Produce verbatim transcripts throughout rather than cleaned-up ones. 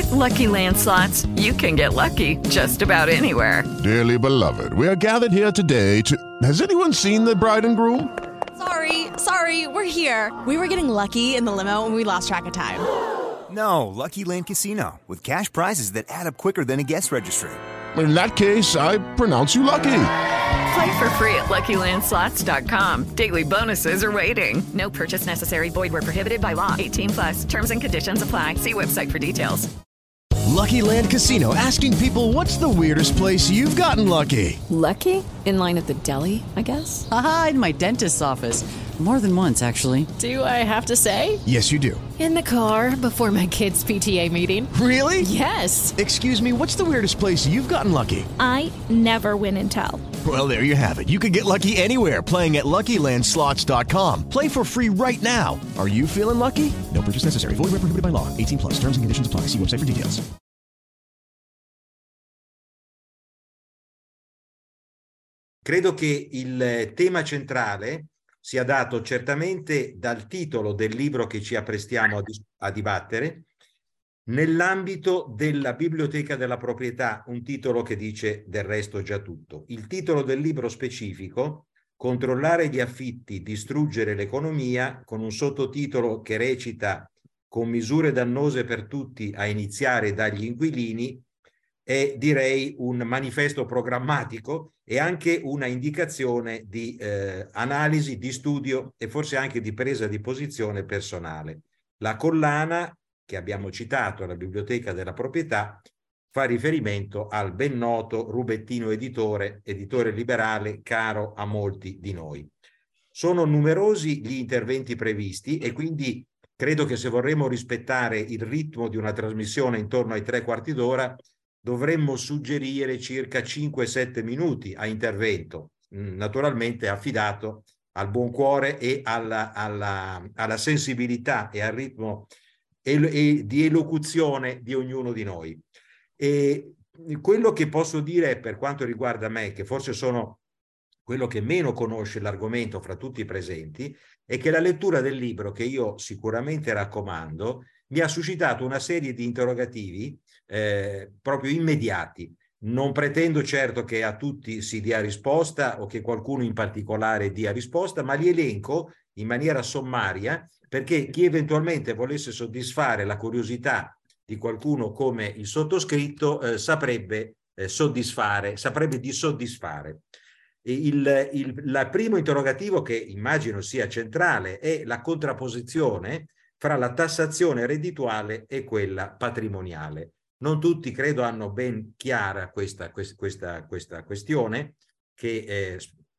With Lucky Land Slots, you can get lucky just about anywhere. Dearly beloved, we are gathered here today to... Has anyone seen the bride and groom? Sorry, sorry, we're here. We were getting lucky in the limo and we lost track of time. No, Lucky Land Casino, with cash prizes that add up quicker than a guest registry. In that case, I pronounce you lucky. Play for free at Lucky Land Slots dot com. Daily bonuses are waiting. No purchase necessary. Void where prohibited by law. eighteen plus. Terms and conditions apply. See website for details. Lucky Land Casino, asking people, what's the weirdest place you've gotten lucky? Lucky? In line at the deli, I guess? Aha, in my dentist's office. More than once, actually. Do I have to say? Yes, you do. In the car before my kids' P T A meeting. Really? Yes. Excuse me, what's the weirdest place you've gotten lucky? I never win and tell. Well, there you have it. You can get lucky anywhere, playing at Lucky Land Slots dot com. Play for free right now. Are you feeling lucky? No purchase necessary. Void where prohibited by law. eighteen plus. Terms and conditions apply. See website for details. Credo che il tema centrale sia dato certamente dal titolo del libro che ci apprestiamo a, dis- a dibattere, nell'ambito della biblioteca della proprietà, un titolo che dice del resto già tutto. Il titolo del libro specifico, Controllare gli affitti, distruggere l'economia, con un sottotitolo che recita Con misure dannose per tutti a iniziare dagli inquilini, è direi un manifesto programmatico e anche una indicazione di eh, analisi, di studio e forse anche di presa di posizione personale. La collana che abbiamo citato, la biblioteca della proprietà, fa riferimento al ben noto Rubettino Editore, editore liberale caro a molti di noi. Sono numerosi gli interventi previsti e quindi credo che se vorremmo rispettare il ritmo di una trasmissione intorno ai tre quarti d'ora, dovremmo suggerire circa cinque sette minuti a intervento, naturalmente affidato al buon cuore e alla, alla, alla sensibilità e al ritmo e, e di elocuzione di ognuno di noi. E quello che posso dire per quanto riguarda me, che forse sono quello che meno conosce l'argomento fra tutti i presenti, è che la lettura del libro, che io sicuramente raccomando, mi ha suscitato una serie di interrogativi eh, proprio immediati. Non pretendo certo che a tutti si dia risposta o che qualcuno in particolare dia risposta, ma li elenco in maniera sommaria perché chi eventualmente volesse soddisfare la curiosità di qualcuno come il sottoscritto eh, saprebbe eh, soddisfare, saprebbe di soddisfare. Il, il, il primo interrogativo, che immagino sia centrale, è la contrapposizione fra la tassazione reddituale e quella patrimoniale. Non tutti, credo, hanno ben chiara questa, questa, questa questione che eh,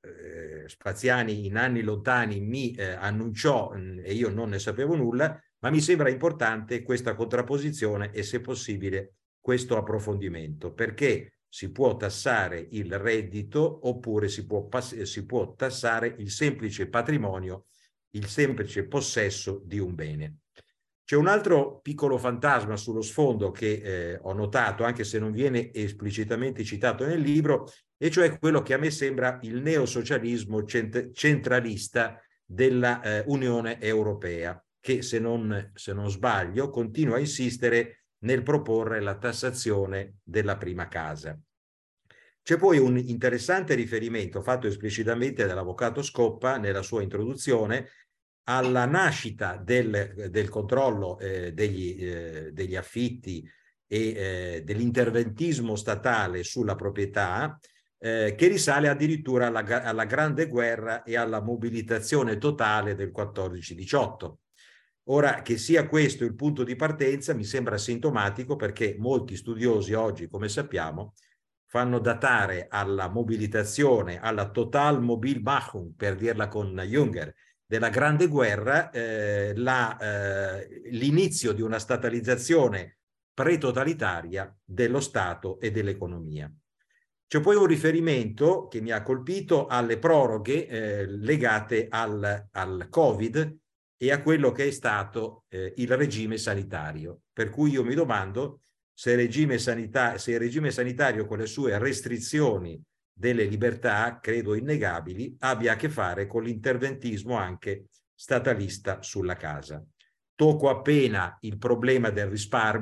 Spaziani in anni lontani mi eh, annunciò mh, e io non ne sapevo nulla, ma mi sembra importante questa contrapposizione e, se possibile, questo approfondimento, perché si può tassare il reddito oppure si può, si può tassare il semplice patrimonio, il semplice possesso di un bene. C'è un altro piccolo fantasma sullo sfondo che eh, ho notato, anche se non viene esplicitamente citato nel libro, e cioè quello che a me sembra il neosocialismo cent- centralista della eh, Unione Europea, che se non, se non sbaglio continua a insistere nel proporre la tassazione della prima casa. C'è poi un interessante riferimento fatto esplicitamente dall'avvocato Scoppa nella sua introduzione alla nascita del, del controllo eh, degli, eh, degli affitti e eh, dell'interventismo statale sulla proprietà, eh, che risale addirittura alla, alla Grande Guerra e alla mobilitazione totale del quattordici diciotto. Ora, che sia questo il punto di partenza mi sembra sintomatico, perché molti studiosi oggi, come sappiamo, fanno datare alla mobilitazione, alla Totalmobilmachung, per dirla con Jünger, della Grande Guerra, eh, la, eh, l'inizio di una statalizzazione pre-totalitaria dello Stato e dell'economia. C'è poi un riferimento che mi ha colpito alle proroghe eh, legate al, al Covid e a quello che è stato eh, il regime sanitario. Per cui io mi domando se il regime sanita- se il regime sanitario, con le sue restrizioni delle libertà, credo innegabili, abbia a che fare con l'interventismo anche statalista sulla casa. Tocco appena il problema del risparmio,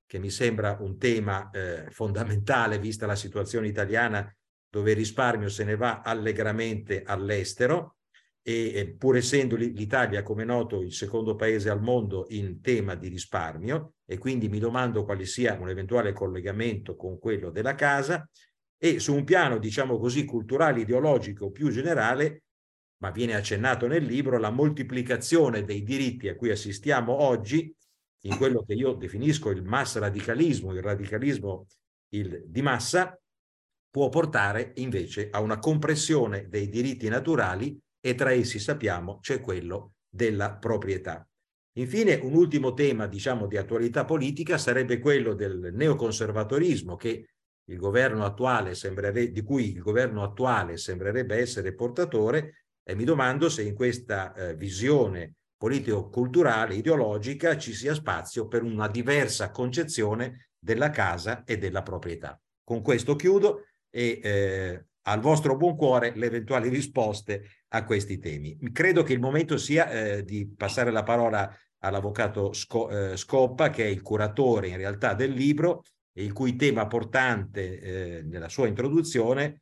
che mi sembra un tema eh, fondamentale vista la situazione italiana, dove il risparmio se ne va allegramente all'estero, e, e pur essendo l'Italia, come noto, il secondo paese al mondo in tema di risparmio, e quindi mi domando quale sia un eventuale collegamento con quello della casa. E su un piano, diciamo così, culturale, ideologico più generale, ma viene accennato nel libro, la moltiplicazione dei diritti a cui assistiamo oggi, in quello che io definisco il mass radicalismo, il radicalismo il, di massa, può portare invece a una compressione dei diritti naturali, e tra essi, sappiamo, c'è quello della proprietà. Infine, un ultimo tema, diciamo, di attualità politica sarebbe quello del neoconservatorismo, che il governo attuale sembrerebbe, di cui il governo attuale sembrerebbe essere portatore, e mi domando se in questa eh, visione politico-culturale, ideologica, ci sia spazio per una diversa concezione della casa e della proprietà. Con questo chiudo e eh, al vostro buon cuore le eventuali risposte a questi temi. Credo che il momento sia eh, di passare la parola all'avvocato Sco- eh, Scoppa, che è il curatore in realtà del libro, e il cui tema portante eh, nella sua introduzione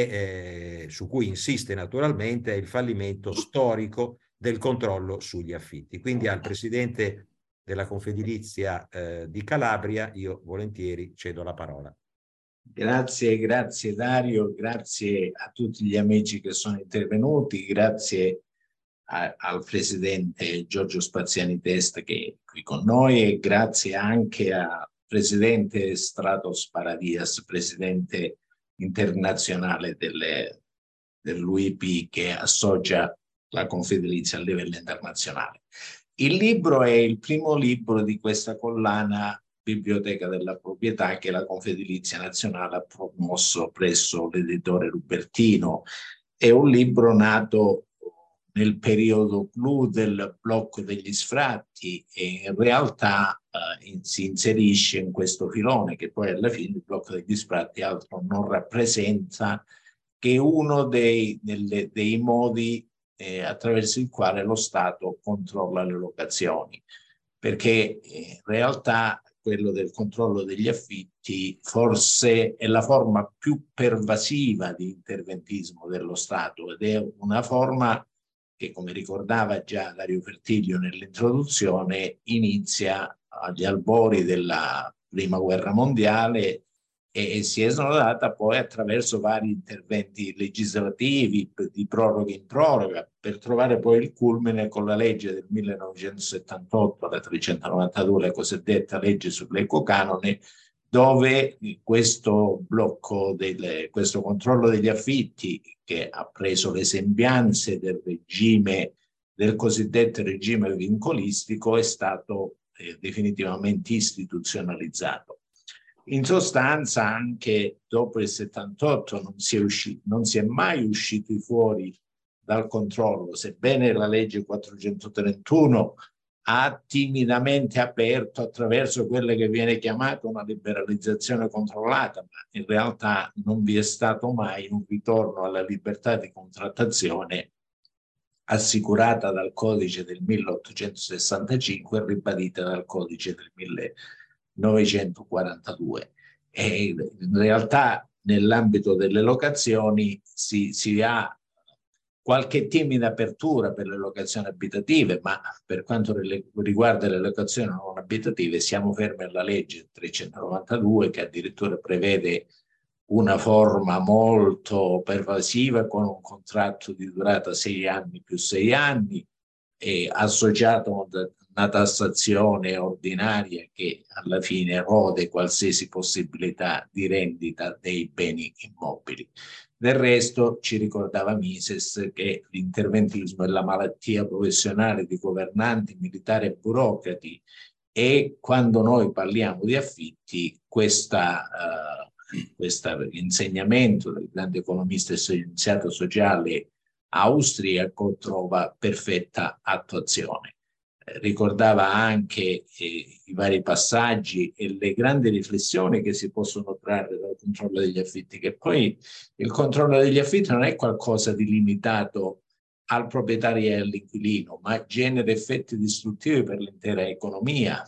è, eh, su cui insiste naturalmente, è il fallimento storico del controllo sugli affitti. Quindi al presidente della Confedilizia eh, di Calabria io volentieri cedo la parola. Grazie, grazie Dario, grazie a tutti gli amici che sono intervenuti, grazie a, al presidente Giorgio Spaziani Testa che è qui con noi, e grazie anche al presidente Stratos Paradias, presidente internazionale delle, dell'U I P, che associa la Confedilizia a livello internazionale. Il libro è il primo libro di questa collana Biblioteca della Proprietà che la Confedilizia Nazionale ha promosso presso l'editore Rubertino. È un libro nato nel periodo clou del blocco degli sfratti e in realtà eh, in, si inserisce in questo filone, che poi alla fine il blocco degli sfratti altro non rappresenta che uno dei, delle, dei modi eh, attraverso il quale lo Stato controlla le locazioni, perché in realtà quello del controllo degli affitti forse è la forma più pervasiva di interventismo dello Stato, ed è una forma che, come ricordava già Dario Fertiglio nell'introduzione, inizia agli albori della Prima Guerra Mondiale e, e si è snodata poi attraverso vari interventi legislativi di proroga in proroga, per trovare poi il culmine con la legge del millenovecentosettantotto, la trecentonovantadue, la cosiddetta legge sull'ecocanone, dove questo blocco, del, questo controllo degli affitti, che ha preso le sembianze del regime, del cosiddetto regime vincolistico, è stato eh, definitivamente istituzionalizzato. In sostanza, anche dopo il settantotto non si è, uscito, non si è mai usciti fuori dal controllo, sebbene la legge quattrocentotrentuno ha timidamente aperto attraverso quella che viene chiamata una liberalizzazione controllata, ma in realtà non vi è stato mai un ritorno alla libertà di contrattazione assicurata dal codice del milleottocentosessantacinque e ribadita dal codice del millenovecentoquarantadue. E in realtà nell'ambito delle locazioni si, si ha qualche timida apertura per le locazioni abitative, ma per quanto riguarda le locazioni non abitative siamo fermi alla legge trecentonovantadue, che addirittura prevede una forma molto pervasiva con un contratto di durata sei anni più sei anni, e associato a una tassazione ordinaria che alla fine erode qualsiasi possibilità di rendita dei beni immobili. Del resto ci ricordava Mises che l'interventismo è la malattia professionale di governanti, militari e burocrati, e quando noi parliamo di affitti questa, uh, questo insegnamento del grande economista e scienziato sociale austriaco trova perfetta attuazione. Ricordava anche eh, i vari passaggi e le grandi riflessioni che si possono trarre dal controllo degli affitti, che poi il controllo degli affitti non è qualcosa di limitato al proprietario e all'inquilino, ma genera effetti distruttivi per l'intera economia.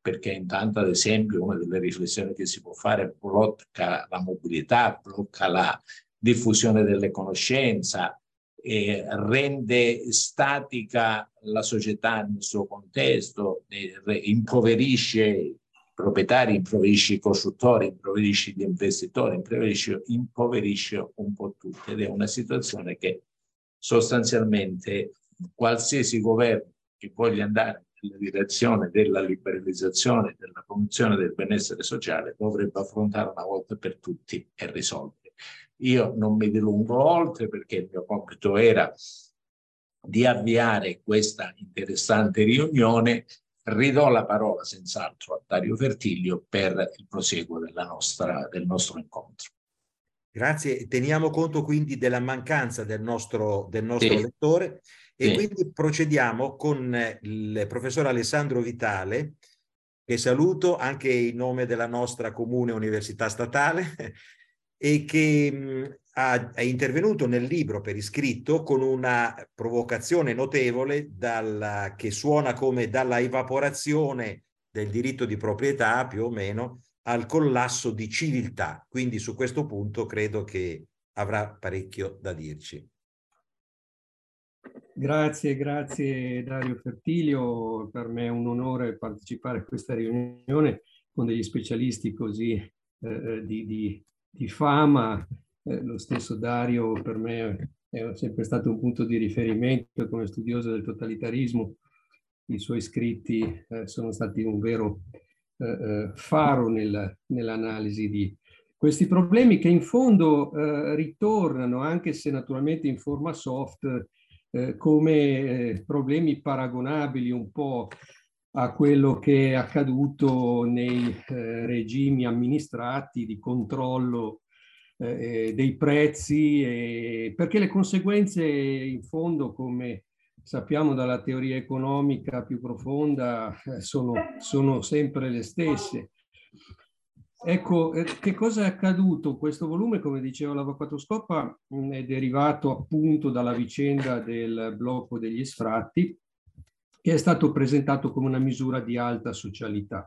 perché intanto, ad esempio, una delle riflessioni che si può fare blocca la mobilità, blocca la diffusione delle conoscenze, e rende statica la società nel suo contesto, impoverisce i proprietari, impoverisce i costruttori, impoverisce gli investitori, impoverisce, impoverisce un po' tutti, ed è una situazione che sostanzialmente qualsiasi governo che voglia andare nella direzione della liberalizzazione, della promozione del benessere sociale dovrebbe affrontare una volta per tutti e risolvere. Io non mi dilungo oltre, perché il mio compito era di avviare questa interessante riunione. Ridò la parola senz'altro a Dario Fertiglio per il proseguo della nostra, del nostro incontro. Grazie, teniamo conto quindi della mancanza del nostro, del nostro sì. lettore e sì. quindi procediamo con il professor Alessandro Vitale, che saluto anche in nome della nostra comune università statale e che mh, ha, è intervenuto nel libro per iscritto con una provocazione notevole dalla, che suona come dalla evaporazione del diritto di proprietà più o meno al collasso di civiltà. Quindi su questo punto credo che avrà parecchio da dirci. Grazie, grazie Dario Fertiglio. Per me è un onore partecipare a questa riunione con degli specialisti così eh, di, di, di fama. Eh, lo stesso Dario per me è sempre stato un punto di riferimento come studioso del totalitarismo. I suoi scritti eh, sono stati un vero eh, faro nel, nell'analisi di questi problemi, che in fondo eh, ritornano, anche se naturalmente in forma soft, eh, come eh, problemi paragonabili un po' a quello che è accaduto nei eh, regimi amministrati di controllo eh, dei prezzi, e, perché le conseguenze in fondo, come sappiamo dalla teoria economica più profonda, eh, sono, sono sempre le stesse. Ecco, eh, che cosa è accaduto? Questo volume, come diceva l'avvocato Scoppa, mh, è derivato appunto dalla vicenda del blocco degli sfratti, che è stato presentato come una misura di alta socialità.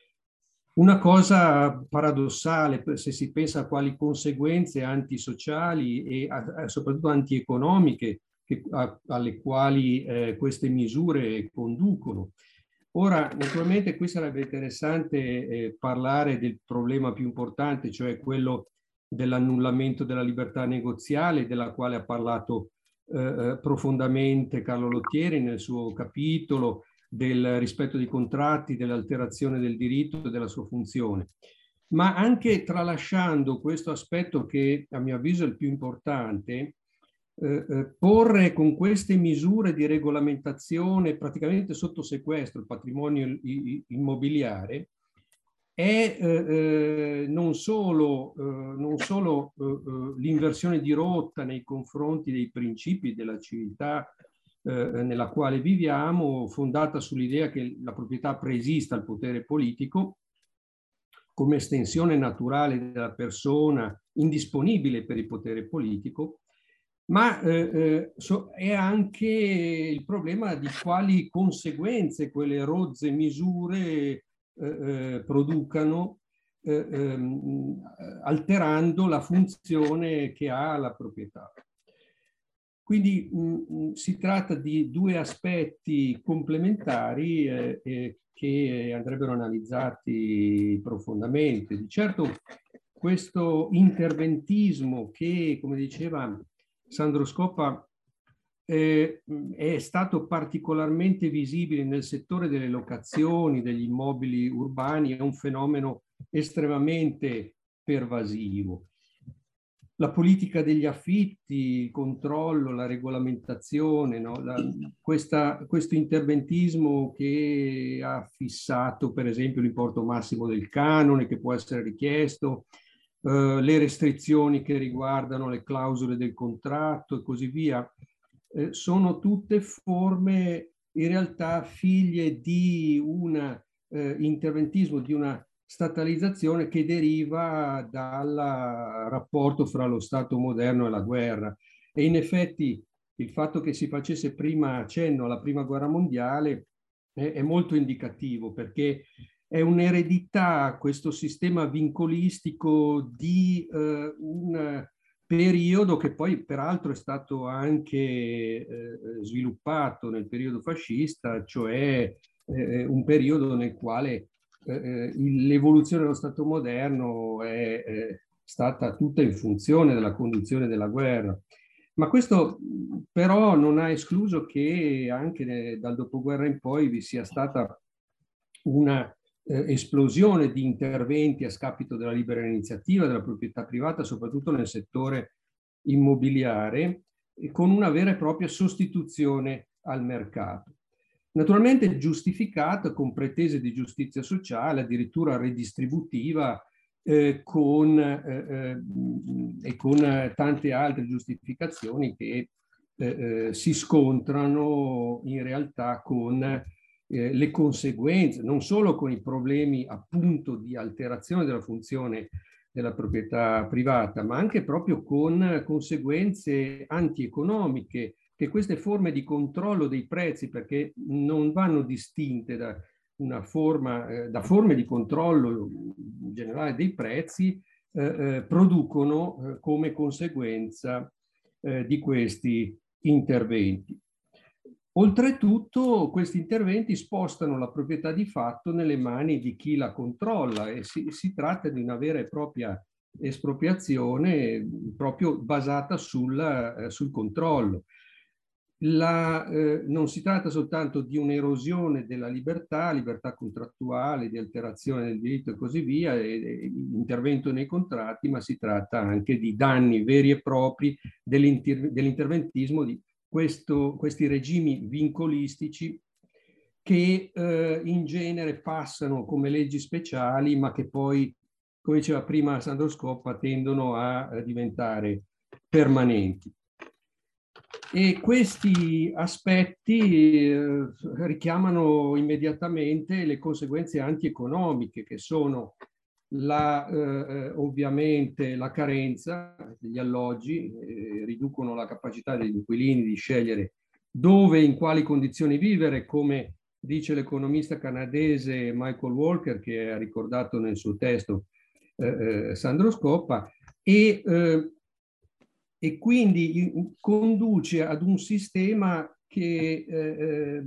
Una cosa paradossale se si pensa a quali conseguenze antisociali e a, a, soprattutto antieconomiche che, a, alle quali eh, queste misure conducono. Ora, naturalmente qui sarebbe interessante eh, parlare del problema più importante, cioè quello dell'annullamento della libertà negoziale, della quale ha parlato eh, profondamente Carlo Lottieri nel suo capitolo, del rispetto dei contratti, dell'alterazione del diritto e della sua funzione. Ma anche tralasciando questo aspetto che a mio avviso è il più importante, Eh, eh, porre con queste misure di regolamentazione praticamente sotto sequestro il patrimonio immobiliare è eh, eh, non solo, eh, non solo eh, eh, l'inversione di rotta nei confronti dei principi della civiltà eh, nella quale viviamo, fondata sull'idea che la proprietà preesista al potere politico come estensione naturale della persona, indisponibile per il potere politico, ma eh, eh, so, è anche il problema di quali conseguenze quelle rozze misure eh, eh, producano, eh, ehm, alterando la funzione che ha la proprietà. Quindi mh, si tratta di due aspetti complementari eh, eh, che andrebbero analizzati profondamente. Di certo questo interventismo che, come diceva Sandro Scoppa, eh, è stato particolarmente visibile nel settore delle locazioni, degli immobili urbani, è un fenomeno estremamente pervasivo. La politica degli affitti, il controllo, la regolamentazione, no? la, questa, questo interventismo che ha fissato per esempio l'importo massimo del canone che può essere richiesto, Uh, le restrizioni che riguardano le clausole del contratto e così via, eh, sono tutte forme in realtà figlie di un eh, interventismo, di una statalizzazione che deriva dal rapporto fra lo Stato moderno e la guerra. E in effetti il fatto che si facesse prima accenno alla Prima Guerra Mondiale è, è molto indicativo, perché è un'eredità, questo sistema vincolistico di eh, un periodo che poi peraltro è stato anche eh, sviluppato nel periodo fascista, cioè eh, un periodo nel quale eh, l'evoluzione dello Stato moderno è eh, stata tutta in funzione della conduzione della guerra. Ma questo però non ha escluso che anche dal dopoguerra in poi vi sia stata una eh, esplosione di interventi a scapito della libera iniziativa, della proprietà privata, soprattutto nel settore immobiliare, e con una vera e propria sostituzione al mercato. Naturalmente giustificata con pretese di giustizia sociale, addirittura redistributiva, eh, con, eh, eh, e con tante altre giustificazioni che eh, eh, si scontrano in realtà con eh, le conseguenze, non solo con i problemi appunto di alterazione della funzione della proprietà privata, ma anche proprio con conseguenze antieconomiche, che queste forme di controllo dei prezzi, perché non vanno distinte da una forma, eh, da forme di controllo generale dei prezzi, eh, eh, producono eh, come conseguenza eh, di questi interventi. Oltretutto questi interventi spostano la proprietà di fatto nelle mani di chi la controlla e si, si tratta di una vera e propria espropriazione proprio basata sul, eh, sul controllo. La, eh, non si tratta soltanto di un'erosione della libertà, libertà contrattuale, di alterazione del diritto e così via, e, e intervento nei contratti, ma si tratta anche di danni veri e propri dell'inter, dell'interventismo di questo, questi regimi vincolistici che eh, in genere passano come leggi speciali, ma che poi, come diceva prima Sandro Scoppa, tendono a, a diventare permanenti. E questi aspetti eh, richiamano immediatamente le conseguenze antieconomiche, che sono la, eh, ovviamente la carenza degli alloggi, eh, riducono la capacità degli inquilini di scegliere dove e in quali condizioni vivere, come dice l'economista canadese Michael Walker, che ha ricordato nel suo testo eh, Sandro Scoppa, e eh, e quindi conduce ad un sistema che, eh,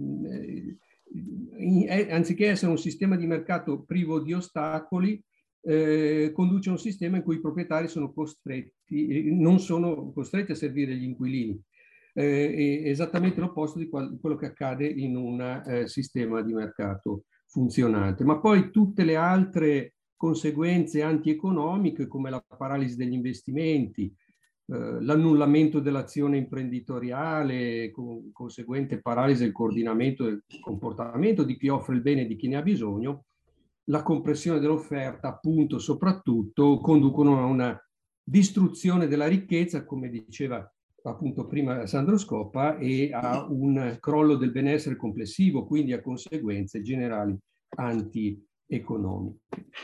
eh, anziché essere un sistema di mercato privo di ostacoli, eh, conduce a un sistema in cui i proprietari sono costretti, non sono costretti a servire gli inquilini. Eh, è esattamente l'opposto di quello che accade in un eh, sistema di mercato funzionante. Ma poi tutte le altre conseguenze antieconomiche, come la paralisi degli investimenti, l'annullamento dell'azione imprenditoriale, con conseguente paralisi del coordinamento del comportamento di chi offre il bene e di chi ne ha bisogno, la compressione dell'offerta, appunto, soprattutto, conducono a una distruzione della ricchezza, come diceva appunto prima Sandro Scoppa, e a un crollo del benessere complessivo, quindi a conseguenze generali antieconomiche.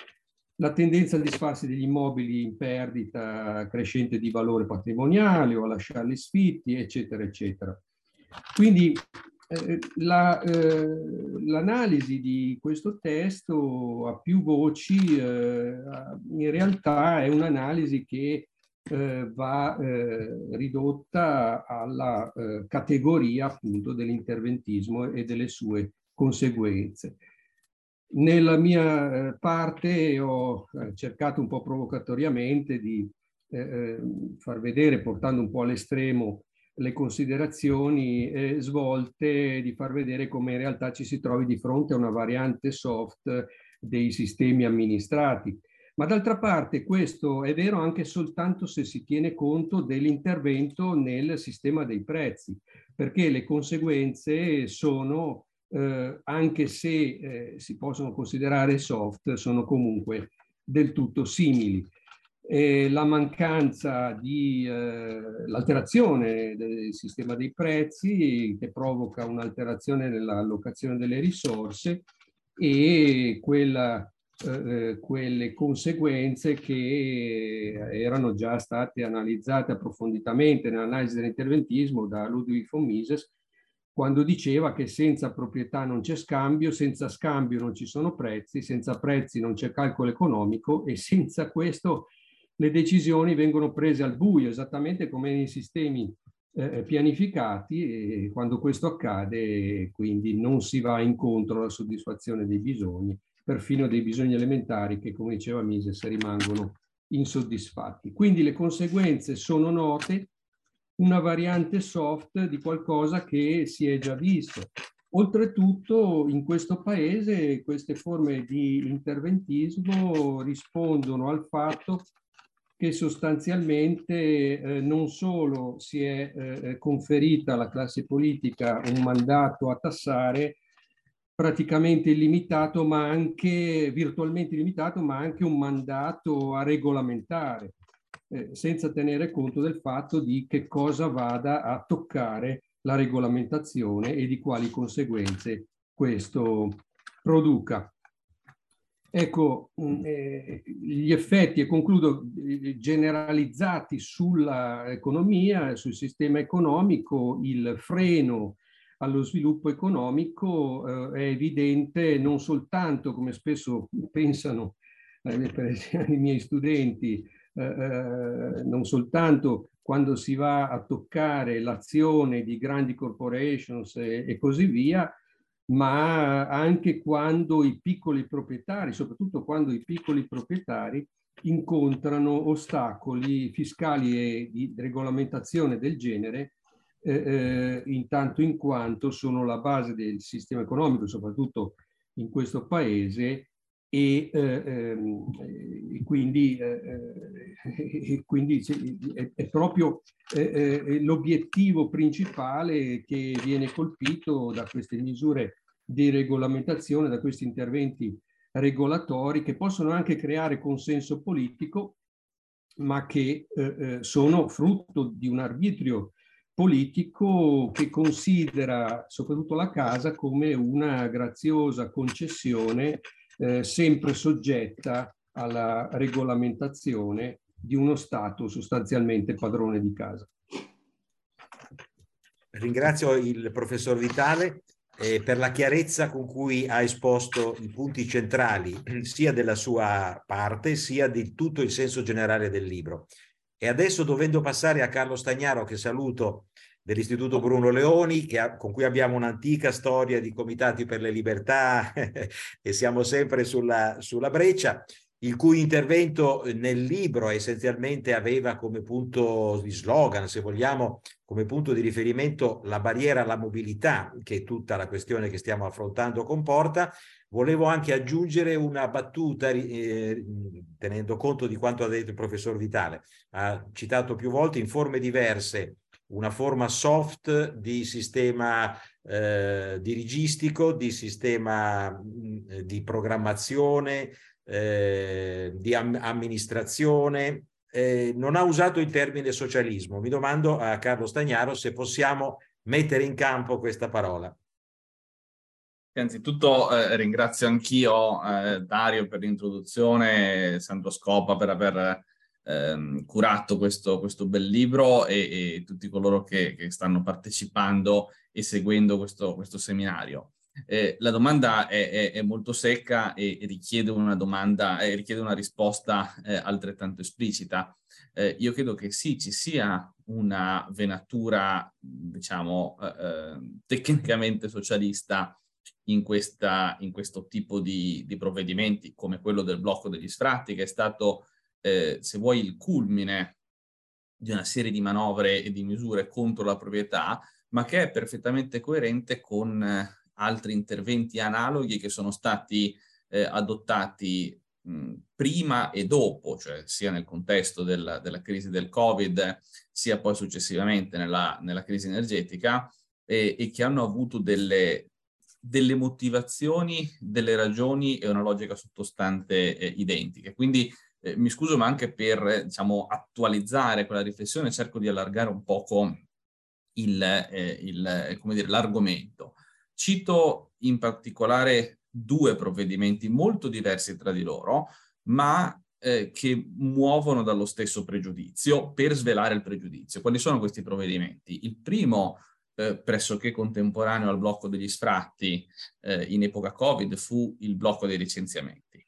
La tendenza a disfarsi degli immobili in perdita crescente di valore patrimoniale o a lasciarli sfitti, eccetera, eccetera. Quindi eh, la, eh, l'analisi di questo testo a più voci eh, in realtà è un'analisi che eh, va eh, ridotta alla eh, categoria appunto dell'interventismo e delle sue conseguenze. Nella mia parte ho cercato un po' provocatoriamente di eh, far vedere, portando un po' all'estremo le considerazioni eh, svolte, di far vedere come in realtà ci si trovi di fronte a una variante soft dei sistemi amministrati. Ma d'altra parte questo è vero anche soltanto se si tiene conto dell'intervento nel sistema dei prezzi, perché le conseguenze sono Eh, anche se eh, si possono considerare soft, sono comunque del tutto simili. E la mancanza di eh, l'alterazione del sistema dei prezzi, che provoca un'alterazione nell'allocazione delle risorse, e quella, eh, quelle conseguenze che erano già state analizzate approfonditamente nell'analisi dell'interventismo da Ludwig von Mises, quando diceva che senza proprietà non c'è scambio, senza scambio non ci sono prezzi, senza prezzi non c'è calcolo economico e senza questo le decisioni vengono prese al buio, esattamente come nei sistemi eh, pianificati, e quando questo accade quindi non si va incontro alla soddisfazione dei bisogni, perfino dei bisogni elementari che, come diceva Mises, rimangono insoddisfatti. Quindi le conseguenze sono note, una variante soft di qualcosa che si è già visto. Oltretutto in questo paese queste forme di interventismo rispondono al fatto che sostanzialmente eh, non solo si è eh, conferita alla classe politica un mandato a tassare praticamente illimitato, ma anche virtualmente illimitato, ma anche un mandato a regolamentare, eh, senza tenere conto del fatto di che cosa vada a toccare la regolamentazione e di quali conseguenze questo produca. Ecco, eh, gli effetti, e concludo, generalizzati sull'economia, sul sistema economico, il freno allo sviluppo economico eh, è evidente non soltanto, come spesso pensano eh, per esempio, i miei studenti, eh, eh, non soltanto quando si va a toccare l'azione di grandi corporations e, e così via, ma anche quando i piccoli proprietari, soprattutto quando i piccoli proprietari incontrano ostacoli fiscali e di regolamentazione del genere, eh, eh, in tanto in quanto sono la base del sistema economico, soprattutto in questo paese, e, eh, ehm, e quindi, eh, e quindi è, è proprio eh, eh, l'obiettivo principale che viene colpito da queste misure di regolamentazione, da questi interventi regolatori che possono anche creare consenso politico, ma che eh, eh, sono frutto di un arbitrio politico che considera soprattutto la casa come una graziosa concessione eh, sempre soggetta alla regolamentazione di uno Stato sostanzialmente padrone di casa. Ringrazio il professor Vitale eh, per la chiarezza con cui ha esposto i punti centrali sia della sua parte sia di tutto il senso generale del libro. E adesso, dovendo passare a Carlo Stagnaro, che saluto, dell'Istituto Bruno Leoni, che ha, con cui abbiamo un'antica storia di comitati per le libertà e siamo sempre sulla, sulla breccia, il cui intervento nel libro essenzialmente aveva come punto di slogan, se vogliamo, come punto di riferimento la barriera alla mobilità che tutta la questione che stiamo affrontando comporta. Volevo anche aggiungere una battuta, eh, tenendo conto di quanto ha detto il professor Vitale. Ha citato più volte in forme diverse una forma soft di sistema eh, dirigistico, di sistema mh, di programmazione, eh, di am amministrazione. Eh, non ha usato il termine socialismo. Mi domando a Carlo Stagnaro se possiamo mettere in campo questa parola. Innanzitutto eh, ringrazio anch'io eh, Dario per l'introduzione, Sandro Scopa per aver ehm, curato questo, questo bel libro e, e tutti coloro che, che stanno partecipando e seguendo questo, questo seminario. Eh, la domanda è, è, è molto secca e richiede una domanda, eh, richiede una risposta eh, altrettanto esplicita. Eh, io credo che sì, ci sia una venatura, diciamo, eh, tecnicamente socialista in, questa, in questo tipo di, di provvedimenti, come quello del blocco degli sfratti, che è stato, eh, se vuoi, il culmine di una serie di manovre e di misure contro la proprietà, ma che è perfettamente coerente con eh, altri interventi analoghi che sono stati eh, adottati mh, prima e dopo, cioè sia nel contesto del, della crisi del Covid, sia poi successivamente nella, nella crisi energetica, e, e che hanno avuto delle, delle motivazioni, delle ragioni e una logica sottostante eh, identiche. Quindi eh, mi scuso, ma anche per eh, diciamo, attualizzare quella riflessione cerco di allargare un poco il, eh, il, come dire, l'argomento. Cito in particolare due provvedimenti molto diversi tra di loro, ma eh, che muovono dallo stesso pregiudizio per svelare il pregiudizio. Quali sono questi provvedimenti? Il primo eh, pressoché contemporaneo al blocco degli sfratti eh, in epoca Covid fu il blocco dei licenziamenti.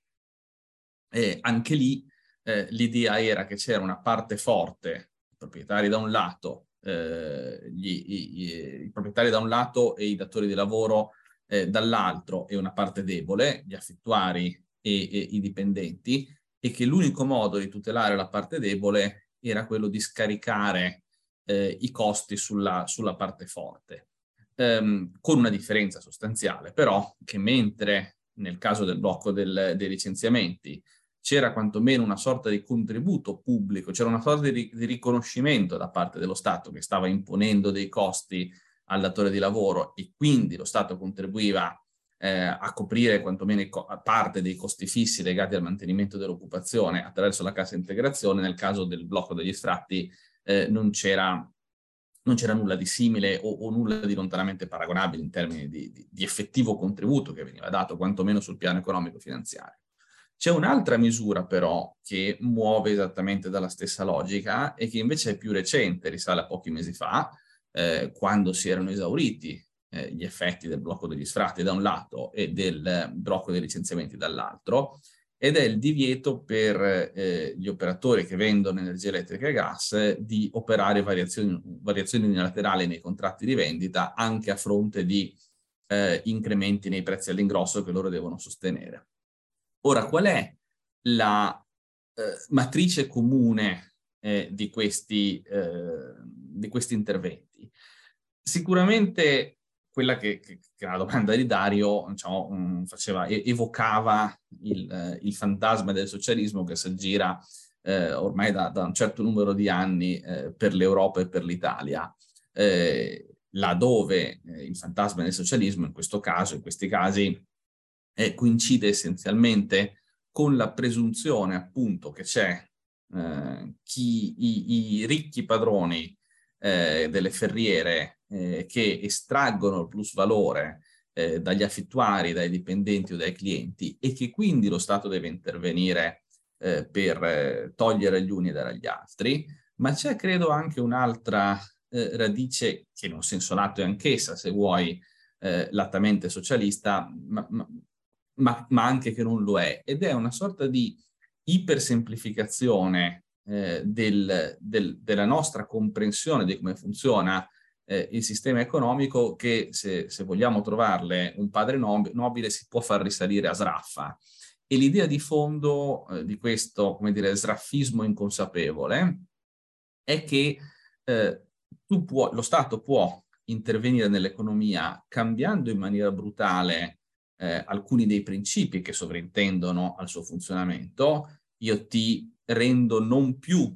E anche lì eh, l'idea era che c'era una parte forte, i proprietari da un lato, eh, gli, i, i proprietari da un lato e i datori di lavoro eh, dall'altro, e una parte debole, gli affittuari e, e i dipendenti, e che l'unico modo di tutelare la parte debole era quello di scaricare eh, i costi sulla, sulla parte forte, ehm, con una differenza sostanziale però, che mentre nel caso del blocco del, dei licenziamenti c'era quantomeno una sorta di contributo pubblico, c'era una sorta di, di riconoscimento da parte dello Stato che stava imponendo dei costi al datore di lavoro, e quindi lo Stato contribuiva eh, a coprire quantomeno parte dei costi fissi legati al mantenimento dell'occupazione attraverso la cassa integrazione. Nel caso del blocco degli sfratti eh, non c'era non c'era nulla di simile o, o nulla di lontanamente paragonabile in termini di, di, di effettivo contributo che veniva dato quantomeno sul piano economico-finanziario. C'è un'altra misura però che muove esattamente dalla stessa logica e che invece è più recente, risale a pochi mesi fa, eh, quando si erano esauriti eh, gli effetti del blocco degli sfratti da un lato e del eh, blocco dei licenziamenti dall'altro, ed è il divieto per eh, gli operatori che vendono energia elettrica e gas eh, di operare variazioni, variazioni unilaterali nei contratti di vendita anche a fronte di eh, incrementi nei prezzi all'ingrosso che loro devono sostenere. Ora, qual è la eh, matrice comune eh, di, questi, eh, di questi interventi? Sicuramente quella che, che, che la domanda di Dario diciamo, um, faceva, evocava il, eh, il fantasma del socialismo che si aggira eh, ormai da, da un certo numero di anni eh, per l'Europa e per l'Italia, eh, laddove eh, il fantasma del socialismo in questo caso, in questi casi, eh, coincide essenzialmente con la presunzione appunto che c'è eh, chi i, i ricchi padroni eh, delle ferriere Eh, che estraggono il plus valore eh, dagli affittuari, dai dipendenti o dai clienti, e che quindi lo Stato deve intervenire eh, per eh, togliere gli uni e dare agli altri. Ma c'è credo anche un'altra eh, radice che in un senso lato è anch'essa, se vuoi, eh, lattamente socialista, ma, ma, ma, ma anche che non lo è, ed è una sorta di ipersemplificazione eh, del, del, della nostra comprensione di come funziona Eh, il sistema economico, che se, se vogliamo trovarle un padre nob- nobile si può far risalire a Sraffa. E l'idea di fondo eh, di questo, come dire, sraffismo inconsapevole è che eh, tu può, lo Stato può intervenire nell'economia cambiando in maniera brutale eh, alcuni dei principi che sovrintendono al suo funzionamento. Io ti rendo non più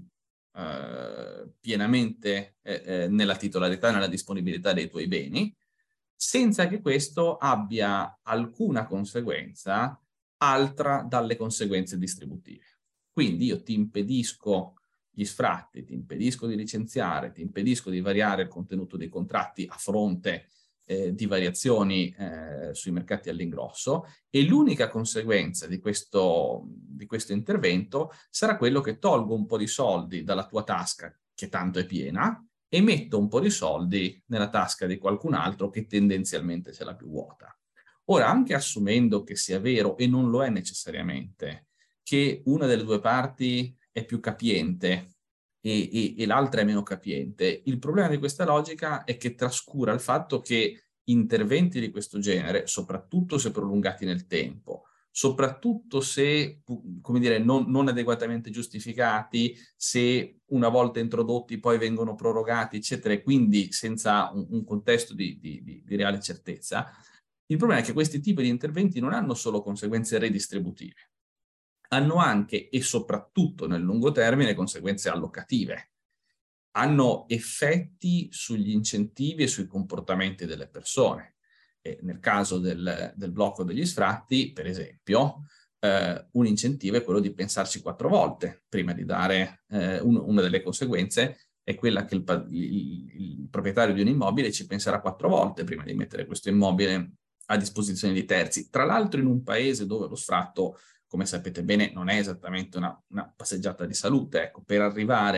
Uh, pienamente eh, eh, nella titolarità e nella disponibilità dei tuoi beni, senza che questo abbia alcuna conseguenza altra dalle conseguenze distributive. Quindi io ti impedisco gli sfratti, ti impedisco di licenziare, ti impedisco di variare il contenuto dei contratti a fronte eh, di variazioni eh, sui mercati all'ingrosso, e l'unica conseguenza di questo, di questo intervento sarà quello che tolgo un po' di soldi dalla tua tasca, che tanto è piena, e metto un po' di soldi nella tasca di qualcun altro che tendenzialmente ce l'ha più vuota. Ora, anche assumendo che sia vero, e non lo è necessariamente, che una delle due parti è più capiente E, e, e l'altra è meno capiente, il problema di questa logica è che trascura il fatto che interventi di questo genere, soprattutto se prolungati nel tempo, soprattutto se, come dire, non, non adeguatamente giustificati, se una volta introdotti poi vengono prorogati, eccetera, e quindi senza un, un contesto di, di, di, di reale certezza, il problema è che questi tipi di interventi non hanno solo conseguenze redistributive, hanno anche e soprattutto nel lungo termine conseguenze allocative, hanno effetti sugli incentivi e sui comportamenti delle persone. E nel caso del, del blocco degli sfratti, per esempio, eh, un incentivo è quello di pensarci quattro volte prima di dare, eh, un, una delle conseguenze è quella che il, il, il proprietario di un immobile ci penserà quattro volte prima di mettere questo immobile a disposizione di terzi. Tra l'altro in un paese dove lo sfratto, come sapete bene, non è esattamente una, una passeggiata di salute. Ecco, per arrivare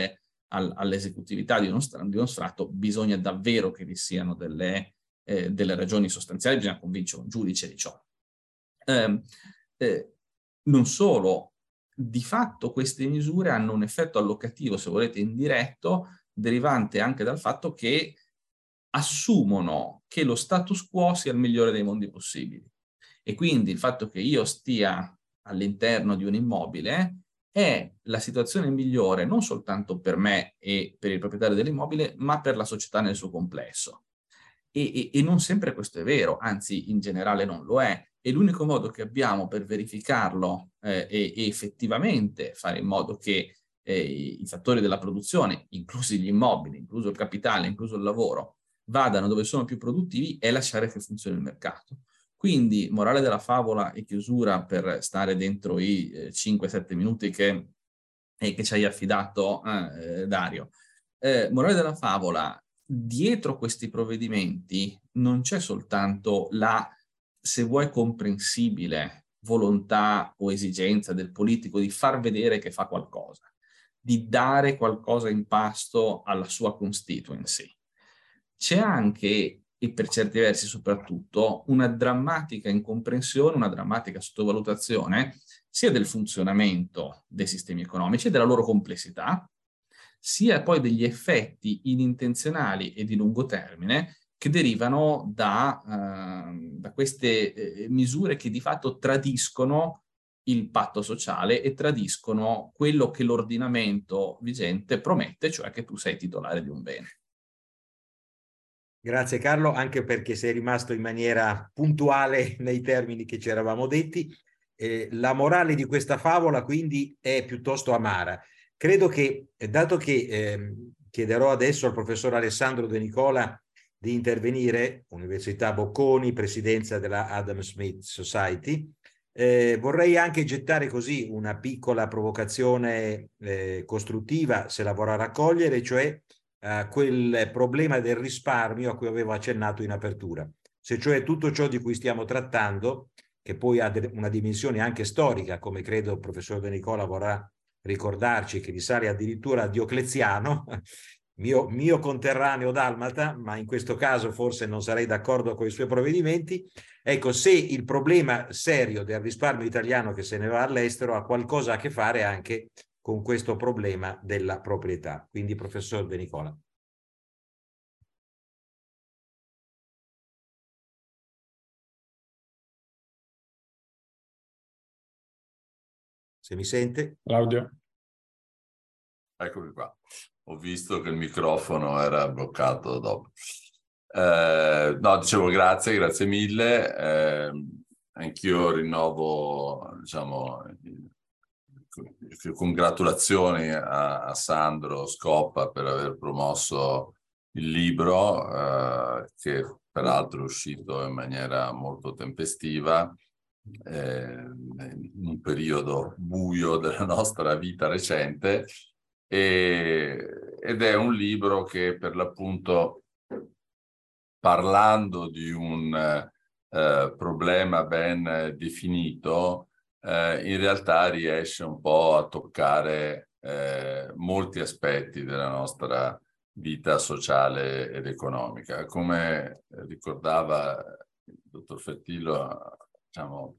al, all'esecutività di uno, di uno Stato, bisogna davvero che vi siano delle, eh, delle ragioni sostanziali, bisogna convincere un giudice di ciò. Eh, eh, non solo, di fatto queste misure hanno un effetto allocativo, se volete, indiretto, derivante anche dal fatto che assumono che lo status quo sia il migliore dei mondi possibili. E quindi il fatto che io stia all'interno di un immobile è la situazione migliore non soltanto per me e per il proprietario dell'immobile, ma per la società nel suo complesso. E, e, e non sempre questo è vero, anzi in generale non lo è. E l'unico modo che abbiamo per verificarlo eh, e, e effettivamente fare in modo che eh, i fattori della produzione, inclusi gli immobili, incluso il capitale, incluso il lavoro, vadano dove sono più produttivi è lasciare che funzioni il mercato. Quindi, morale della favola e chiusura per stare dentro i eh, cinque sette minuti che, eh, che ci hai affidato, eh, Dario. Eh, morale della favola, dietro questi provvedimenti non c'è soltanto la, se vuoi, comprensibile volontà o esigenza del politico di far vedere che fa qualcosa, di dare qualcosa in pasto alla sua constituency. C'è anche, e per certi versi soprattutto, una drammatica incomprensione, una drammatica sottovalutazione sia del funzionamento dei sistemi economici e della loro complessità, sia poi degli effetti inintenzionali e di lungo termine che derivano da, uh, da queste eh, misure che di fatto tradiscono il patto sociale e tradiscono quello che l'ordinamento vigente promette, cioè che tu sei titolare di un bene. Grazie Carlo, anche perché sei rimasto in maniera puntuale nei termini che ci eravamo detti. Eh, la morale di questa favola quindi è piuttosto amara. Credo che, dato che eh, chiederò adesso al professor Alessandro De Nicola di intervenire, Università Bocconi, presidenza della Adam Smith Society, eh, vorrei anche gettare così una piccola provocazione eh, costruttiva, se la vorrà raccogliere, cioè Uh, quel problema del risparmio a cui avevo accennato in apertura, se cioè tutto ciò di cui stiamo trattando, che poi ha una dimensione anche storica, come credo il professor De Nicola vorrà ricordarci, che risale addirittura a Diocleziano, mio, mio conterraneo dalmata, ma in questo caso forse non sarei d'accordo con i suoi provvedimenti. Ecco, se il problema serio del risparmio italiano che se ne va all'estero ha qualcosa a che fare anche con questo problema della proprietà. Quindi, professor De Nicola. Se mi sente? Claudio. Eccomi qua. Ho visto che il microfono era bloccato dopo. Eh, no, dicevo grazie, grazie mille. Eh, anch'io rinnovo, diciamo, congratulazioni a, a Sandro Scoppa per aver promosso il libro, eh, che peraltro è uscito in maniera molto tempestiva, eh, in un periodo buio della nostra vita recente, e, ed è un libro che per l'appunto, parlando di un eh, problema ben definito, Eh, in realtà riesce un po' a toccare eh, molti aspetti della nostra vita sociale ed economica. Come ricordava il dottor Fertillo, diciamo,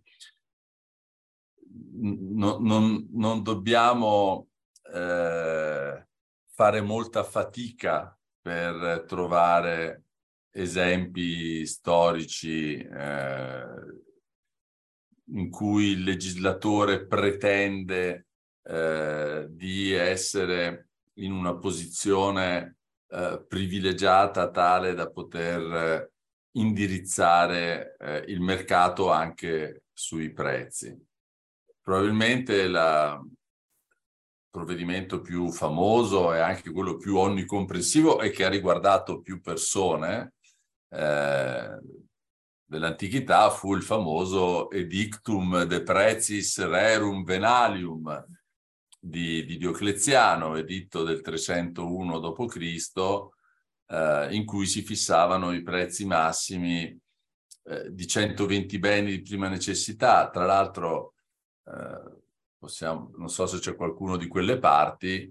no, non, non dobbiamo eh, fare molta fatica per trovare esempi storici eh, in cui il legislatore pretende eh, di essere in una posizione eh, privilegiata tale da poter eh, indirizzare eh, il mercato anche sui prezzi. Probabilmente il provvedimento più famoso e anche quello più onnicomprensivo e che ha riguardato più persone eh, dell'antichità fu il famoso Edictum de Precis Rerum Venalium di, di Diocleziano, editto del trecentouno dopo Cristo, eh, in cui si fissavano i prezzi massimi eh, di centoventi beni di prima necessità. Tra l'altro, eh, possiamo, non so se c'è qualcuno di quelle parti,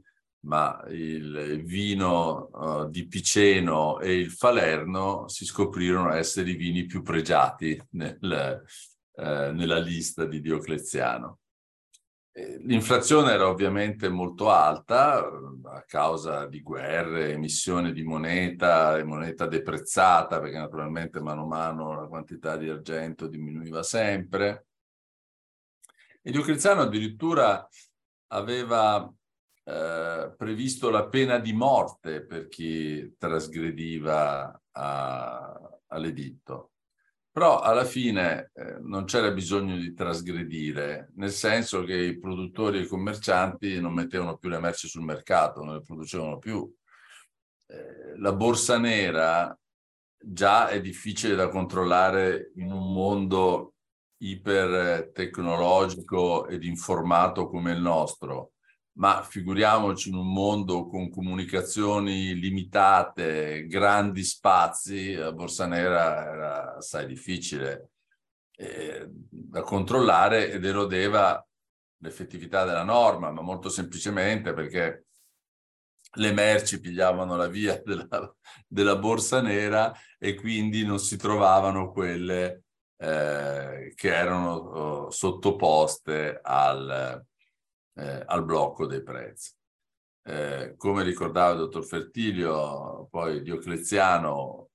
ma il vino uh, di Piceno e il Falerno si scoprirono essere i vini più pregiati nel, uh, nella lista di Diocleziano. L'inflazione era ovviamente molto alta a causa di guerre, emissione di moneta, moneta deprezzata, perché naturalmente mano a mano la quantità di argento diminuiva sempre. E Diocleziano addirittura aveva eh, previsto la pena di morte per chi trasgrediva all'editto. Però alla fine eh, non c'era bisogno di trasgredire, nel senso che i produttori e i commercianti non mettevano più le merci sul mercato, non le producevano più. Eh, la borsa nera già è difficile da controllare in un mondo ipertecnologico ed informato come il nostro, ma figuriamoci in un mondo con comunicazioni limitate, grandi spazi, la borsa nera era assai difficile eh, da controllare ed erodeva l'effettività della norma, ma molto semplicemente perché le merci pigliavano la via della, della borsa nera e quindi non si trovavano quelle eh, che erano oh, sottoposte al Eh, al blocco dei prezzi. Eh, come ricordava il dottor Fertilio, poi Diocleziano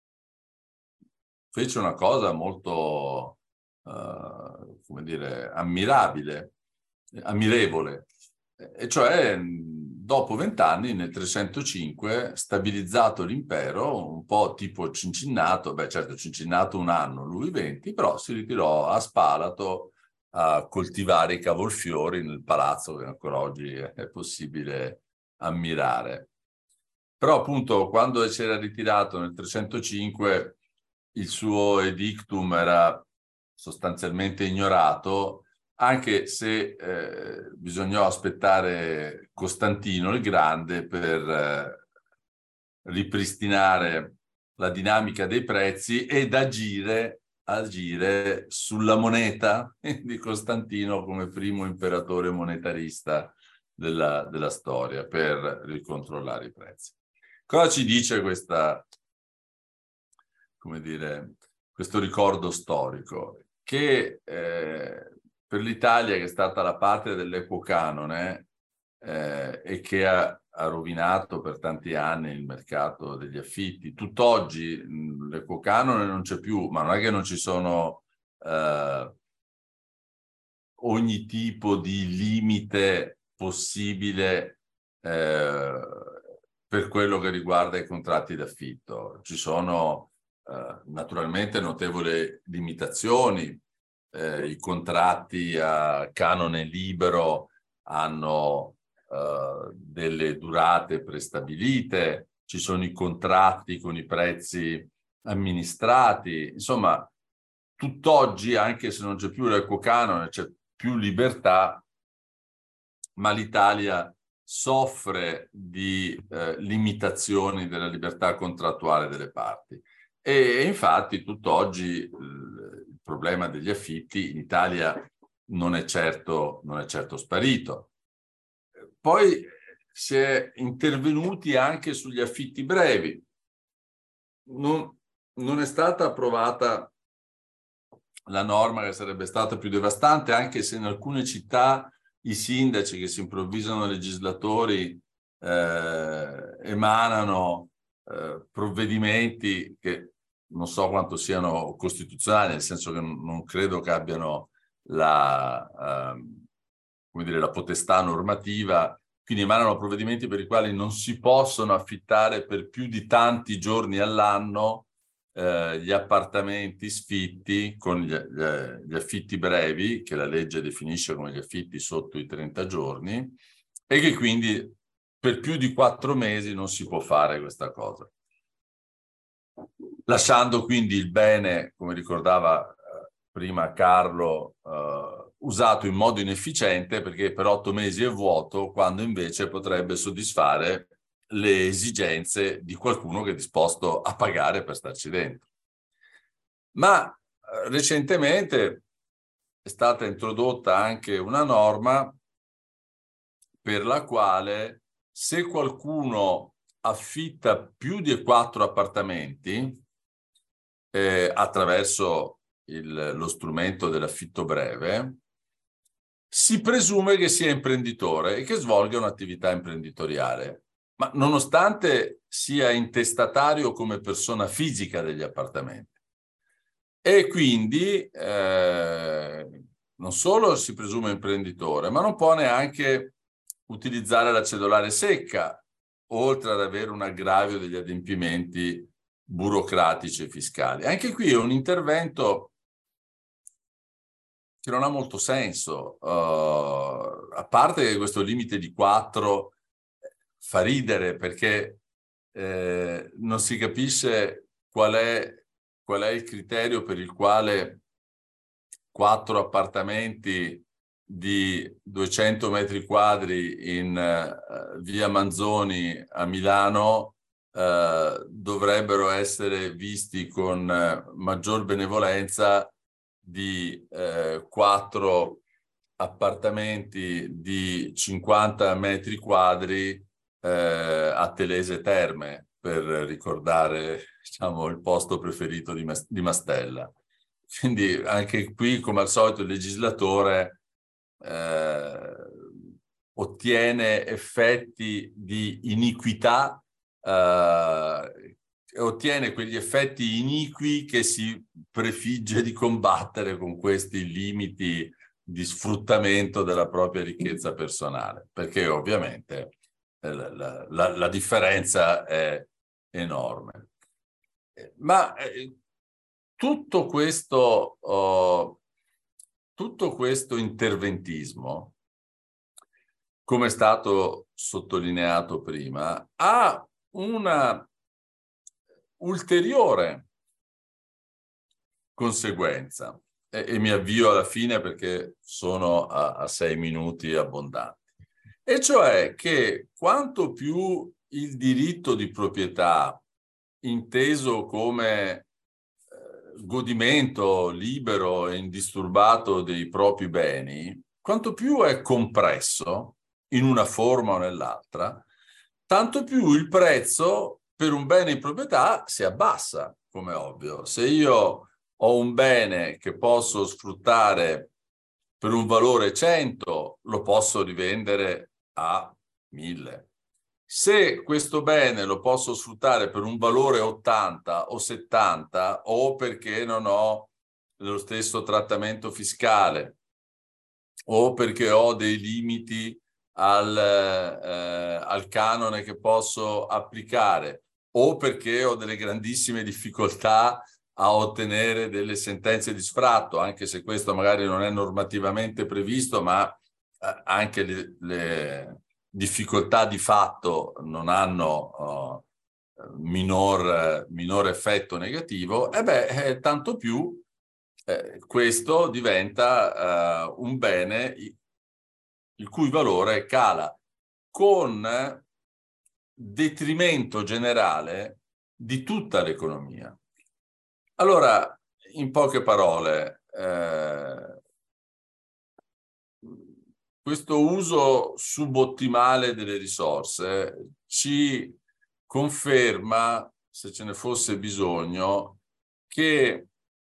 fece una cosa molto, eh, come dire, ammirabile, ammirevole, e cioè dopo vent'anni, nel trecentocinque, stabilizzato l'impero, un po' tipo Cincinnato, beh certo Cincinnato un anno, lui venti, però si ritirò a Spalato a coltivare i cavolfiori nel palazzo che ancora oggi è possibile ammirare. Però appunto quando si era ritirato nel trecentocinque il suo edictum era sostanzialmente ignorato, anche se eh, bisognò aspettare Costantino il Grande per eh, ripristinare la dinamica dei prezzi ed agire agire sulla moneta di Costantino come primo imperatore monetarista della, della storia per ricontrollare i prezzi. Cosa ci dice questa, come dire, questo ricordo storico? Che eh, per l'Italia, che è stata la patria dell'equo canone eh, e che ha ha rovinato per tanti anni il mercato degli affitti. Tutt'oggi l'equo canone non c'è più, ma non è che non ci sono eh, ogni tipo di limite possibile eh, per quello che riguarda i contratti d'affitto. Ci sono eh, naturalmente notevoli limitazioni. Eh, i contratti a canone libero hanno Uh, delle durate prestabilite, ci sono i contratti con i prezzi amministrati, insomma tutt'oggi, anche se non c'è più l'equo canone, c'è più libertà, ma l'Italia soffre di eh, limitazioni della libertà contrattuale delle parti e, e infatti tutt'oggi il, il problema degli affitti in Italia non è certo, non è certo sparito. Poi si è intervenuti anche sugli affitti brevi. Non, non è stata approvata la norma che sarebbe stata più devastante, anche se in alcune città i sindaci che si improvvisano legislatori eh, emanano eh, provvedimenti che non so quanto siano costituzionali, nel senso che non credo che abbiano la... Eh, come dire, la potestà normativa, quindi emanano provvedimenti per i quali non si possono affittare per più di tanti giorni all'anno eh, gli appartamenti sfitti con gli, gli, gli affitti brevi, che la legge definisce come gli affitti sotto i trenta giorni, e che quindi per più di quattro mesi non si può fare questa cosa. Lasciando quindi il bene, come ricordava eh, prima Carlo, eh, usato in modo inefficiente, perché per otto mesi è vuoto, quando invece potrebbe soddisfare le esigenze di qualcuno che è disposto a pagare per starci dentro. Ma eh, recentemente è stata introdotta anche una norma per la quale se qualcuno affitta più di quattro appartamenti eh, attraverso il, lo strumento dell'affitto breve, si presume che sia imprenditore e che svolga un'attività imprenditoriale, ma nonostante sia intestatario come persona fisica degli appartamenti. E quindi eh, non solo si presume imprenditore, ma non può neanche utilizzare la cedolare secca, oltre ad avere un aggravio degli adempimenti burocratici e fiscali. Anche qui è un intervento che non ha molto senso, uh, a parte che questo limite di quattro fa ridere, perché eh, non si capisce qual è, qual è il criterio per il quale quattro appartamenti di duecento metri quadri in uh, via Manzoni a Milano uh, dovrebbero essere visti con uh, maggior benevolenza di eh, quattro appartamenti di cinquanta metri quadri eh, a Telese Terme, per ricordare, diciamo, il posto preferito di, di Mastella. Quindi anche qui, come al solito, il legislatore eh, ottiene effetti di iniquità, eh, ottiene quegli effetti iniqui che si prefigge di combattere con questi limiti di sfruttamento della propria ricchezza personale, perché ovviamente eh, la, la, la differenza è enorme. Ma eh, tutto questo, oh, tutto questo interventismo, come è stato sottolineato prima, ha una ulteriore conseguenza, e, e mi avvio alla fine perché sono a, a sei minuti abbondanti, e cioè che quanto più il diritto di proprietà, inteso come eh, godimento libero e indisturbato dei propri beni, quanto più è compresso in una forma o nell'altra, tanto più il prezzo per un bene in proprietà si abbassa, come ovvio. Se io ho un bene che posso sfruttare per un valore cento, lo posso rivendere a mille. Se questo bene lo posso sfruttare per un valore ottanta o settanta, o perché non ho lo stesso trattamento fiscale, o perché ho dei limiti al, eh, al canone che posso applicare, o perché ho delle grandissime difficoltà a ottenere delle sentenze di sfratto, anche se questo magari non è normativamente previsto, ma eh, anche le, le difficoltà di fatto non hanno uh, minor, minor effetto negativo, e beh, eh, tanto più eh, questo diventa uh, un bene il cui valore cala, con detrimento generale di tutta l'economia. Allora, in poche parole, eh, questo uso subottimale delle risorse ci conferma, se ce ne fosse bisogno, che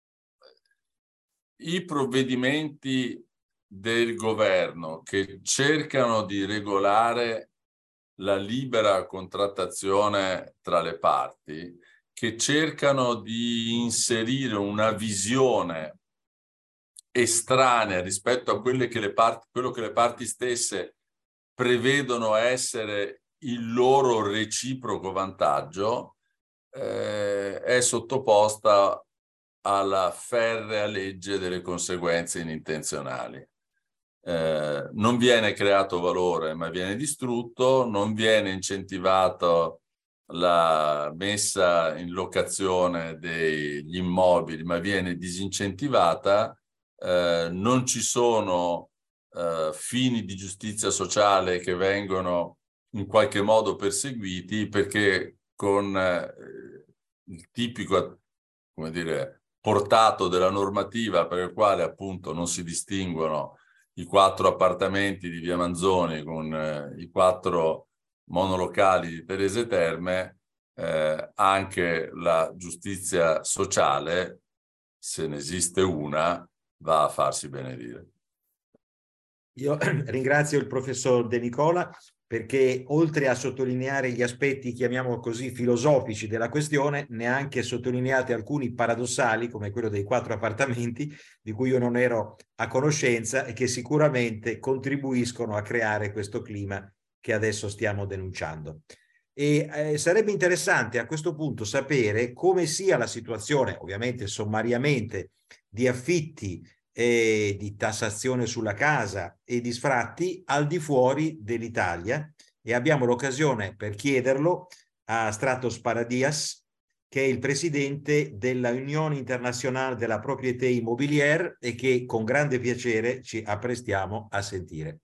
i provvedimenti del governo che cercano di regolare la libera contrattazione tra le parti, che cercano di inserire una visione estranea rispetto a quelle che le parti, quello che le parti stesse prevedono essere il loro reciproco vantaggio, eh, è sottoposta alla ferrea legge delle conseguenze inintenzionali. Eh, non viene creato valore, ma viene distrutto, non viene incentivato la messa in locazione degli immobili, ma viene disincentivata, eh, non ci sono eh, fini di giustizia sociale che vengono in qualche modo perseguiti, perché con eh, il tipico, come dire, portato della normativa per il quale appunto non si distinguono i quattro appartamenti di via Manzoni con eh, i quattro monolocali di Terese Terme, eh, anche la giustizia sociale, se ne esiste una, va a farsi benedire. Io ringrazio il professor De Nicola perché oltre a sottolineare gli aspetti, chiamiamolo così, filosofici della questione, ne ha anche sottolineati alcuni paradossali, come quello dei quattro appartamenti, di cui io non ero a conoscenza e che sicuramente contribuiscono a creare questo clima che adesso stiamo denunciando. E eh, sarebbe interessante a questo punto sapere come sia la situazione, ovviamente sommariamente, di affitti, e di tassazione sulla casa e di sfratti al di fuori dell'Italia, e abbiamo l'occasione per chiederlo a Stratos Paradias, che è il presidente della Unione Internazionale della Propriété Immobilière e che con grande piacere ci apprestiamo a sentire.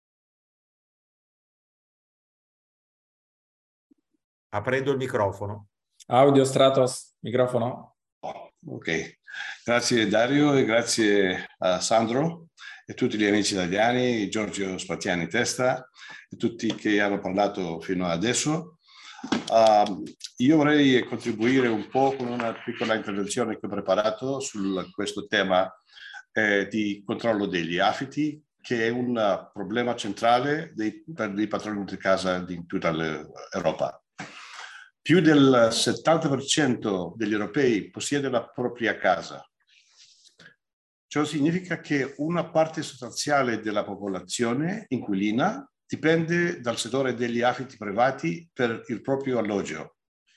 Aprendo il microfono. Audio Stratos, microfono. Ok, grazie Dario e grazie a Sandro e tutti gli amici italiani, Giorgio Spaziani Testa e tutti che hanno parlato fino adesso. Uh, io vorrei contribuire un po' con una piccola introduzione che ho preparato su questo tema eh, di controllo degli affitti, che è un problema centrale dei, per i padroni di casa di tutta l'Europa. Più del settanta per cento degli europei possiede la propria casa. Ciò significa che una parte sostanziale della popolazione inquilina dipende dal settore degli affitti privati per il proprio alloggio.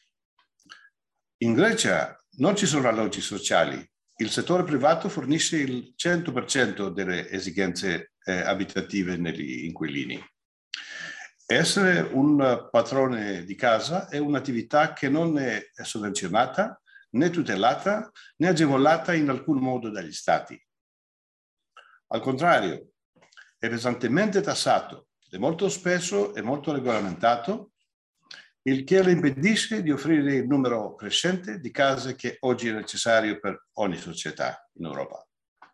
In Grecia non ci sono alloggi sociali. Il settore privato fornisce il cento per cento delle esigenze eh, abitative negli inquilini. Essere un padrone di casa è un'attività che non è sovvenzionata, né tutelata, né agevolata in alcun modo dagli stati. Al contrario, è pesantemente tassato e molto spesso è molto regolamentato, il che le impedisce di offrire il numero crescente di case che oggi è necessario per ogni società in Europa.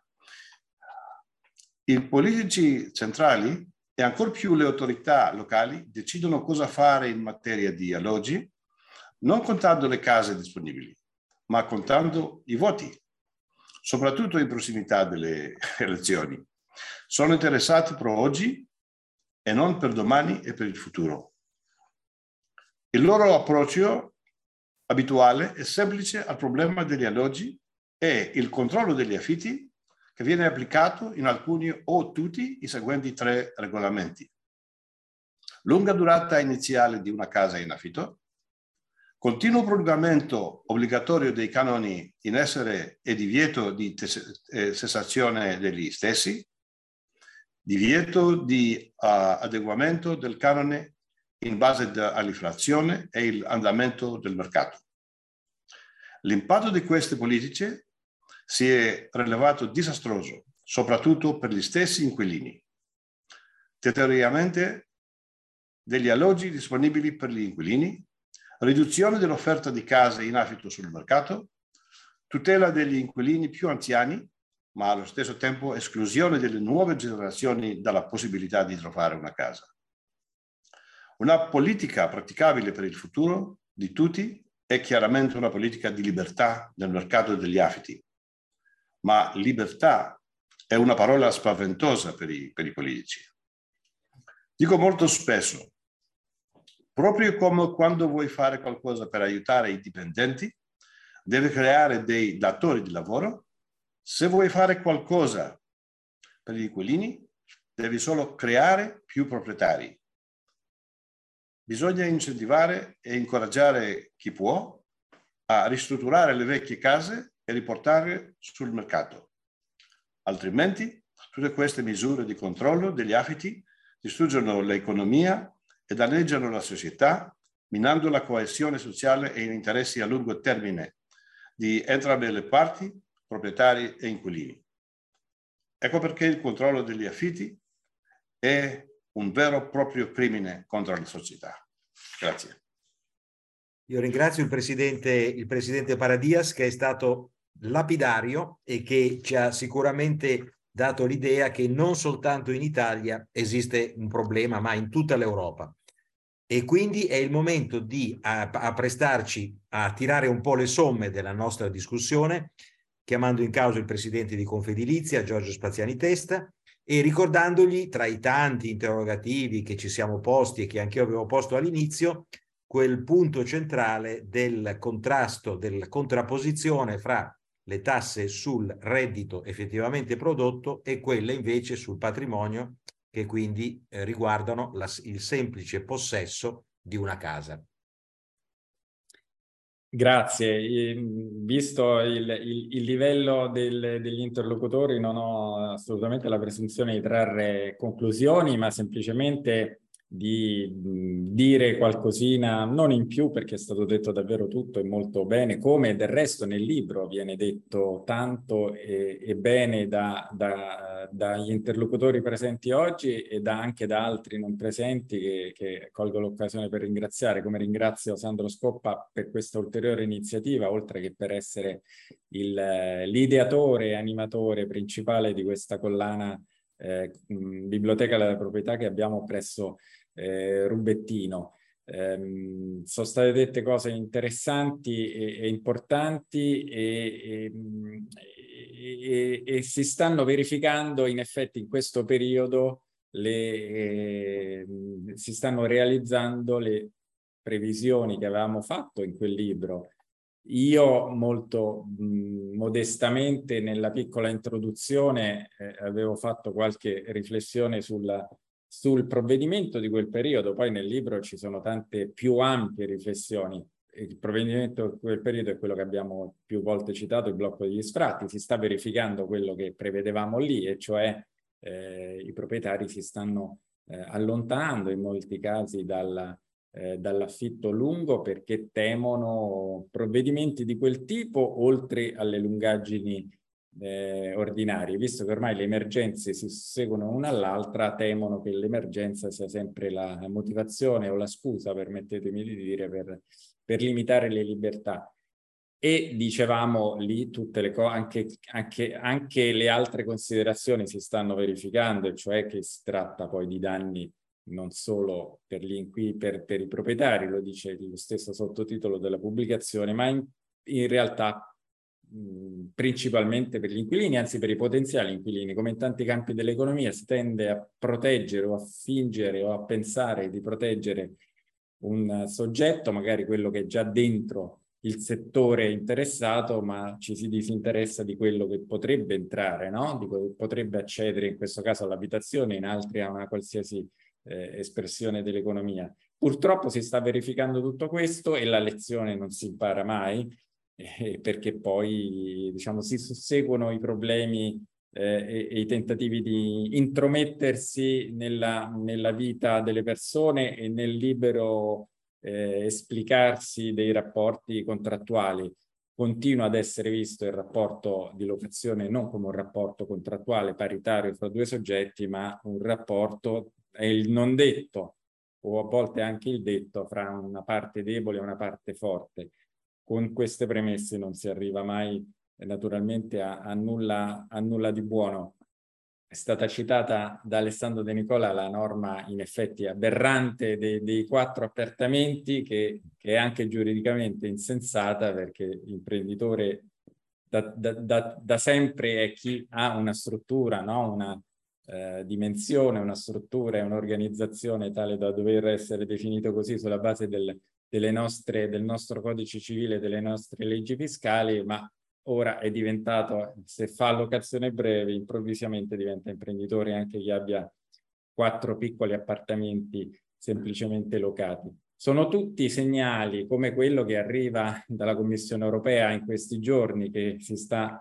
I politici centrali e ancor più le autorità locali decidono cosa fare in materia di alloggi, non contando le case disponibili, ma contando i voti, soprattutto in prossimità delle elezioni. Sono interessati per oggi e non per domani e per il futuro. Il loro approccio abituale è semplice al problema degli alloggi e il controllo degli affitti, che viene applicato in alcuni o tutti i seguenti tre regolamenti. Lunga durata iniziale di una casa in affitto, continuo prolungamento obbligatorio dei canoni in essere e divieto di cessazione degli stessi, divieto di uh, adeguamento del canone in base all'inflazione e l'andamento del mercato. L'impatto di queste politiche si è rivelato disastroso, soprattutto per gli stessi inquilini. Deterioramento degli alloggi disponibili per gli inquilini, riduzione dell'offerta di case in affitto sul mercato, tutela degli inquilini più anziani, ma allo stesso tempo esclusione delle nuove generazioni dalla possibilità di trovare una casa. Una politica praticabile per il futuro di tutti è chiaramente una politica di libertà nel mercato degli affitti. Ma libertà è una parola spaventosa per i, per i politici. Dico molto spesso, proprio come quando vuoi fare qualcosa per aiutare i dipendenti, devi creare dei datori di lavoro. Se vuoi fare qualcosa per gli inquilini, devi solo creare più proprietari. Bisogna incentivare e incoraggiare chi può a ristrutturare le vecchie case e riportarle sul mercato. Altrimenti, tutte queste misure di controllo degli affitti distruggono l'economia e danneggiano la società, minando la coesione sociale e gli interessi a lungo termine di entrambe le parti, proprietari e inquilini. Ecco perché il controllo degli affitti è un vero e proprio crimine contro la società. Grazie. Io ringrazio il presidente, il presidente Paradias, che è stato lapidario e che ci ha sicuramente dato l'idea che non soltanto in Italia esiste un problema, ma in tutta l'Europa. e quindi è il momento di apprestarci a tirare un po' le somme della nostra discussione, chiamando in causa il presidente di Confedilizia, Giorgio Spaziani Testa, e ricordandogli, tra i tanti interrogativi che ci siamo posti e che anch'io avevo posto all'inizio, quel punto centrale del contrasto, della contrapposizione fra le tasse sul reddito effettivamente prodotto e quelle invece sul patrimonio, che quindi eh, riguardano la, il semplice possesso di una casa. Grazie. Visto il, il, il livello del, degli interlocutori, non ho assolutamente la presunzione di trarre conclusioni, ma semplicemente di mh, dire qualcosina, non in più, perché è stato detto davvero tutto e molto bene, come del resto nel libro viene detto tanto e, e bene da, da, dagli interlocutori presenti oggi e da, anche da altri non presenti che, che colgo l'occasione per ringraziare, come ringrazio Sandro Scoppa per questa ulteriore iniziativa, oltre che per essere l'ideatore e animatore principale di questa collana eh, Biblioteca della Proprietà che abbiamo presso Eh, Rubettino. Eh, sono state dette cose interessanti e, e importanti e, e, e, e si stanno verificando in effetti in questo periodo, le, eh, si stanno realizzando le previsioni che avevamo fatto in quel libro. Io molto mh, modestamente nella piccola introduzione eh, avevo fatto qualche riflessione sulla sul provvedimento di quel periodo. Poi nel libro ci sono tante più ampie riflessioni. Il provvedimento di quel periodo è quello che abbiamo più volte citato, il blocco degli sfratti. Si sta verificando quello che prevedevamo lì, e cioè eh, i proprietari si stanno eh, allontanando in molti casi dalla, eh, dall'affitto lungo perché temono provvedimenti di quel tipo, oltre alle lungaggini Eh, ordinari, visto che ormai le emergenze si susseguono una all'altra, temono che l'emergenza sia sempre la motivazione o la scusa, permettetemi di dire, per, per limitare le libertà. E dicevamo lì tutte le cose, anche, anche, anche le altre considerazioni si stanno verificando, e cioè che si tratta poi di danni non solo per gli inquilini, per, per i proprietari, lo dice lo stesso sottotitolo della pubblicazione, ma in, in realtà principalmente per gli inquilini, anzi per i potenziali inquilini. Come in tanti campi dell'economia si tende a proteggere o a fingere o a pensare di proteggere un soggetto, magari quello che è già dentro il settore interessato, ma ci si disinteressa di quello che potrebbe entrare, no? Di quello che potrebbe accedere in questo caso all'abitazione, in altri a una qualsiasi eh, espressione dell'economia. Purtroppo si sta verificando tutto questo e la lezione non si impara mai, Eh, perché poi diciamo si susseguono i problemi eh, e, e i tentativi di intromettersi nella, nella vita delle persone e nel libero eh, esplicarsi dei rapporti contrattuali. Continua ad essere visto il rapporto di locazione non come un rapporto contrattuale paritario fra due soggetti, ma un rapporto, è il non detto o a volte anche il detto, fra una parte debole e una parte forte. Con queste premesse non si arriva mai eh, naturalmente a, a, nulla, a nulla di buono. È stata citata da Alessandro De Nicola la norma in effetti aberrante dei, dei quattro appartamenti, che, che è anche giuridicamente insensata, perché l'imprenditore da, da, da, da sempre è chi ha una struttura, no? una eh, dimensione, una struttura e un'organizzazione tale da dover essere definito così sulla base del delle nostre, del nostro codice civile, delle nostre leggi fiscali, ma ora è diventato, se fa locazione breve, improvvisamente diventa imprenditore anche chi abbia quattro piccoli appartamenti semplicemente locati. Sono tutti segnali come quello che arriva dalla Commissione europea in questi giorni, che si sta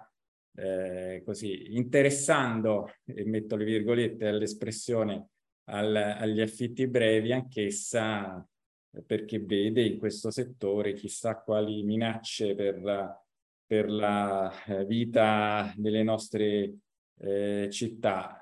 eh, così interessando, e metto le virgolette all'espressione, al, agli affitti brevi, anch'essa perché vede in questo settore chissà quali minacce per la, per la vita delle nostre eh, città.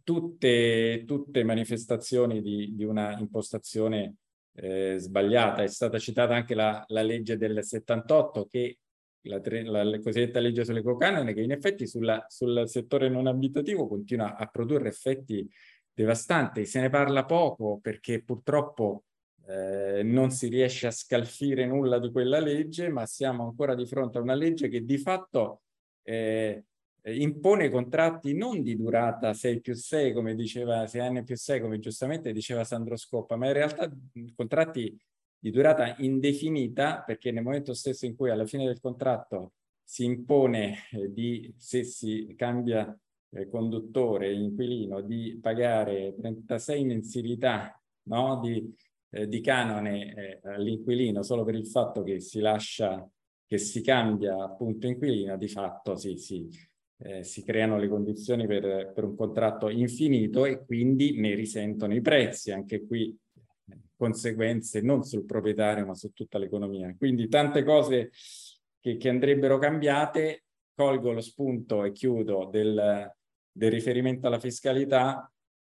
Tutte, tutte manifestazioni di, di una impostazione eh, sbagliata. È stata citata anche la, la legge del settantotto, che la, la, la cosiddetta legge sull'ecocanone, che in effetti sulla, sul settore non abitativo continua a produrre effetti devastanti. Se ne parla poco perché purtroppo eh, non si riesce a scalfire nulla di quella legge, ma siamo ancora di fronte a una legge che di fatto eh, impone contratti non di durata sei più sei, come diceva, sei anni più sei, come giustamente diceva Sandro Scoppa, ma in realtà contratti di durata indefinita, perché nel momento stesso in cui alla fine del contratto si impone eh, di, se si cambia eh, conduttore, inquilino, di pagare trentasei mensilità, no, di, eh, di canone eh, all'inquilino solo per il fatto che si lascia, che si cambia appunto inquilino, di fatto sì, sì. Eh, si creano le condizioni per, per un contratto infinito e quindi ne risentono i prezzi, anche qui eh, conseguenze non sul proprietario ma su tutta l'economia. Quindi tante cose che, che andrebbero cambiate. Colgo lo spunto e chiudo del, del riferimento alla fiscalità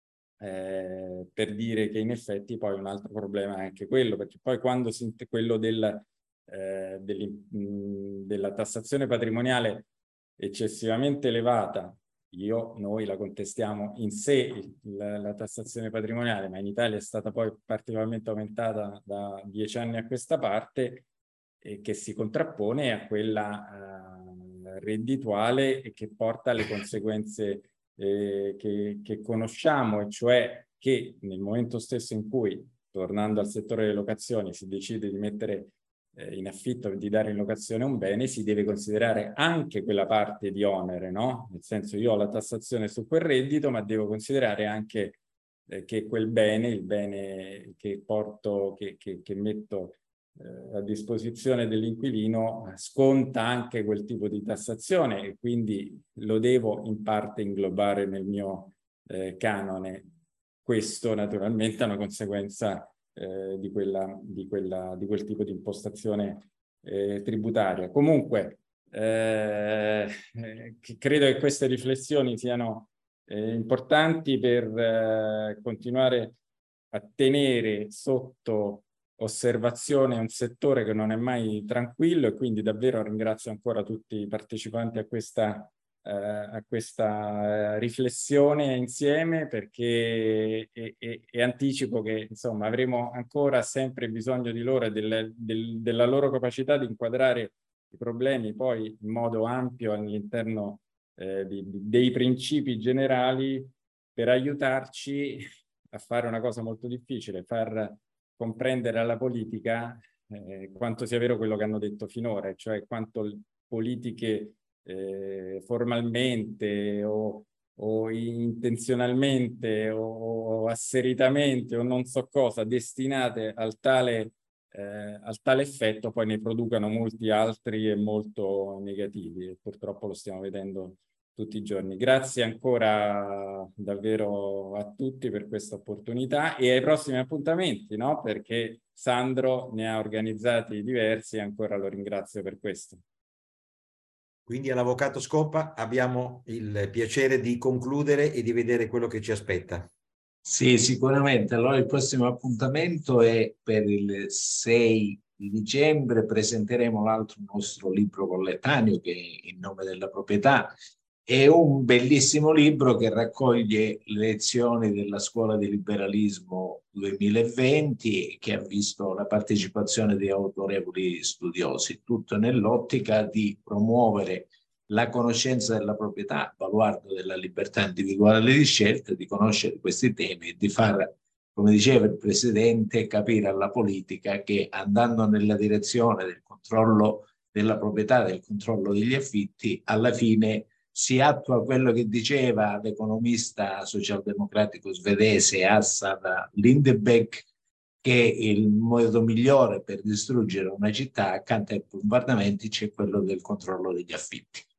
eh, per dire che in effetti poi un altro problema è anche quello, perché poi quando si, quello del, eh, della tassazione patrimoniale eccessivamente elevata, io, noi la contestiamo in sé la, la tassazione patrimoniale, ma in Italia è stata poi particolarmente aumentata da dieci anni a questa parte, e che si contrappone a quella eh, reddituale e che porta alle conseguenze eh, che, che conosciamo, e cioè che nel momento stesso in cui, tornando al settore delle locazioni, si decide di mettere in affitto, di dare in locazione un bene, si deve considerare anche quella parte di onere, no? Nel senso, io ho la tassazione su quel reddito, ma devo considerare anche eh, che quel bene, il bene che porto, che, che, che metto eh, a disposizione dell'inquilino, sconta anche quel tipo di tassazione e quindi lo devo in parte inglobare nel mio eh, canone. Questo naturalmente è una conseguenza Eh, di, quella, di, quella, di quel tipo di impostazione eh, tributaria. Comunque, eh, eh, credo che queste riflessioni siano eh, importanti per eh, continuare a tenere sotto osservazione un settore che non è mai tranquillo, e quindi davvero ringrazio ancora tutti i partecipanti a questa Uh, a questa uh, riflessione insieme, perché e, e, e anticipo che insomma avremo ancora sempre bisogno di loro e del, del, della loro capacità di inquadrare i problemi poi in modo ampio all'interno eh, di, di, dei principi generali, per aiutarci a fare una cosa molto difficile, far comprendere alla politica eh, quanto sia vero quello che hanno detto finora, cioè quanto politiche Eh, formalmente o, o intenzionalmente o, o asseritamente o non so cosa destinate al tale, eh, al tale effetto poi ne producano molti altri e molto negativi, e purtroppo lo stiamo vedendo tutti i giorni. Grazie ancora davvero a tutti per questa opportunità e ai prossimi appuntamenti, no? Perché Sandro ne ha organizzati diversi e ancora lo ringrazio per questo. Quindi all'avvocato Scoppa abbiamo il piacere di concludere e di vedere quello che ci aspetta. Sì, sicuramente. Allora il prossimo appuntamento è per il sei di dicembre. Presenteremo l'altro nostro libro collettaneo, che è In nome della proprietà. È un bellissimo libro che raccoglie le lezioni della Scuola di Liberalismo duemilaventi e che ha visto la partecipazione di autorevoli studiosi, tutto nell'ottica di promuovere la conoscenza della proprietà, baluardo della libertà individuale di scelta, di conoscere questi temi e di far, come diceva il Presidente, capire alla politica che andando nella direzione del controllo della proprietà, del controllo degli affitti, alla fine si attua quello che diceva l'economista socialdemocratico svedese Assar Lindbeck, che il modo migliore per distruggere una città accanto ai bombardamenti c'è quello del controllo degli affitti.